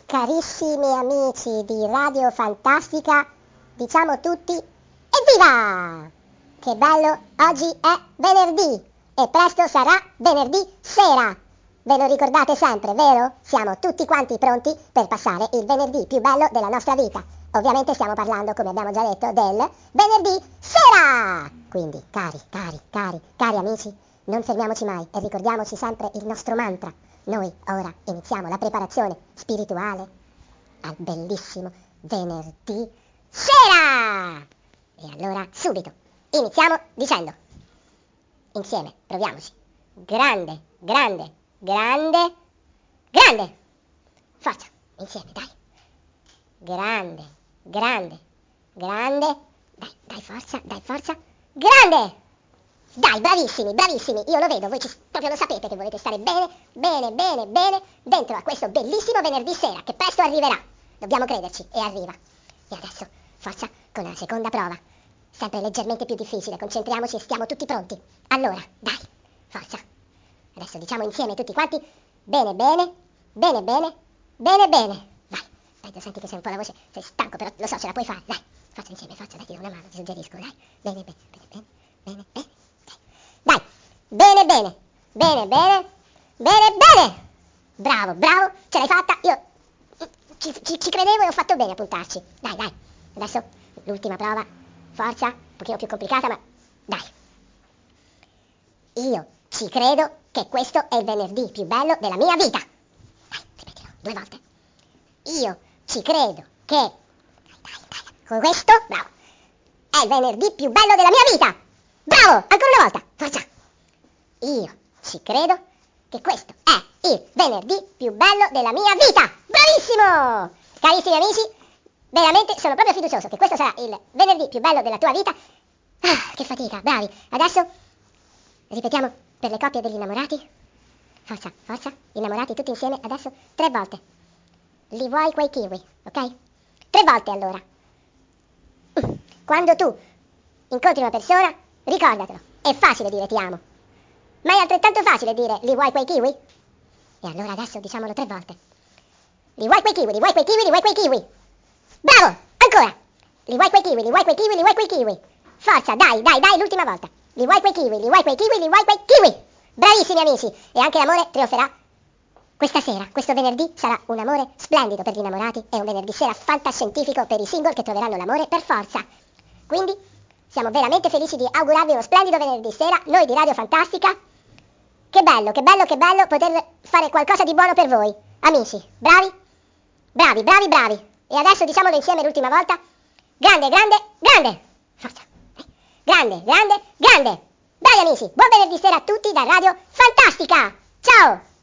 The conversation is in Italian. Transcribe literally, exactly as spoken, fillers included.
Carissimi amici di Radio Fantastica, diciamo tutti evviva! Che bello, oggi è venerdì e presto sarà venerdì sera. Ve lo ricordate sempre, vero? Siamo tutti quanti pronti per passare il venerdì più bello della nostra vita. Ovviamente stiamo parlando, come abbiamo già detto, del venerdì sera! Quindi, cari, cari, cari, cari amici, non fermiamoci mai e ricordiamoci sempre il nostro mantra. Noi ora iniziamo la preparazione spirituale al bellissimo venerdì sera! E allora, subito, iniziamo dicendo, insieme, proviamoci, grande, grande, grande, grande, forza, insieme, dai, grande, grande, grande, dai, dai, forza, dai, forza, grande! Dai, bravissimi, bravissimi, io lo vedo, voi ci, proprio lo sapete che volete stare bene, bene, bene, bene dentro a questo bellissimo venerdì sera che presto arriverà. Dobbiamo crederci, e arriva. E adesso, forza, con la seconda prova, sempre leggermente più difficile, concentriamoci e stiamo tutti pronti. Allora, dai, forza. Adesso diciamo insieme tutti quanti, bene, bene, bene, bene, bene, bene. Vai, dai, senti che sei un po' la voce, sei stanco, però lo so, ce la puoi fare, dai. Forza insieme, forza, dai, ti do una mano, ti suggerisco, dai. Bene, bene, bene, bene, bene, bene. Dai, bene, bene, bene, bene, bene, bene. Bravo, bravo, ce l'hai fatta, io ci, ci, ci credevo e ho fatto bene a puntarci. Dai, dai, adesso l'ultima prova, forza, un pochino più complicata, ma dai. Io ci credo che questo è il venerdì più bello della mia vita. Dai, ripetilo, due volte. Io ci credo che, dai, dai, dai, con questo, bravo, è il venerdì più bello della mia vita. Bravo, ancora una volta, forza. Io ci credo che questo è il venerdì più bello della mia vita. Bravissimo! Carissimi amici, veramente sono proprio fiducioso che questo sarà il venerdì più bello della tua vita. Ah, che fatica, bravi. Adesso ripetiamo per le coppie degli innamorati. Forza, forza, innamorati tutti insieme, adesso tre volte. Li vuoi quei kiwi, ok? Tre volte allora. Quando tu incontri una persona, ricordatelo, è facile dire ti amo, ma è altrettanto facile dire li vuoi quei kiwi? E allora adesso diciamolo tre volte. Li vuoi quei kiwi, li vuoi quei kiwi, li vuoi quei kiwi? Bravo, ancora. Li vuoi quei kiwi, li vuoi quei kiwi, li vuoi quei kiwi? Forza, dai, dai, dai, l'ultima volta. Li vuoi quei kiwi, li vuoi quei kiwi, li vuoi quei kiwi? Bravissimi amici, e anche l'amore trionferà questa sera. Questo venerdì sarà un amore splendido per gli innamorati e un venerdì sera fantascientifico per i single che troveranno l'amore per forza. Quindi siamo veramente felici di augurarvi uno splendido venerdì sera, noi di Radio Fantastica. Che bello, che bello, che bello poter fare qualcosa di buono per voi. Amici, bravi, bravi, bravi, bravi. E adesso diciamolo insieme l'ultima volta. Grande, grande, grande. Forza. Grande, grande, grande. Dai amici, buon venerdì sera a tutti da Radio Fantastica. Ciao.